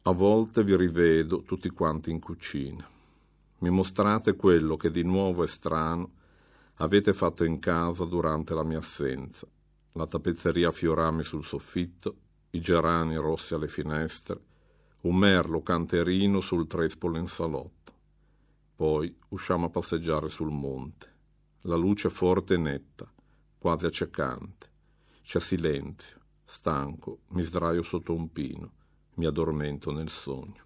A volte vi rivedo tutti quanti in cucina. Mi mostrate quello che di nuovo e strano avete fatto in casa durante la mia assenza. La tappezzeria a fiorami sul soffitto, i gerani rossi alle finestre, un merlo canterino sul trespolo in salotto. Poi usciamo a passeggiare sul monte. La luce forte e netta, quasi accecante. C'è silenzio. Stanco, mi sdraio sotto un pino. Mi addormento nel sogno.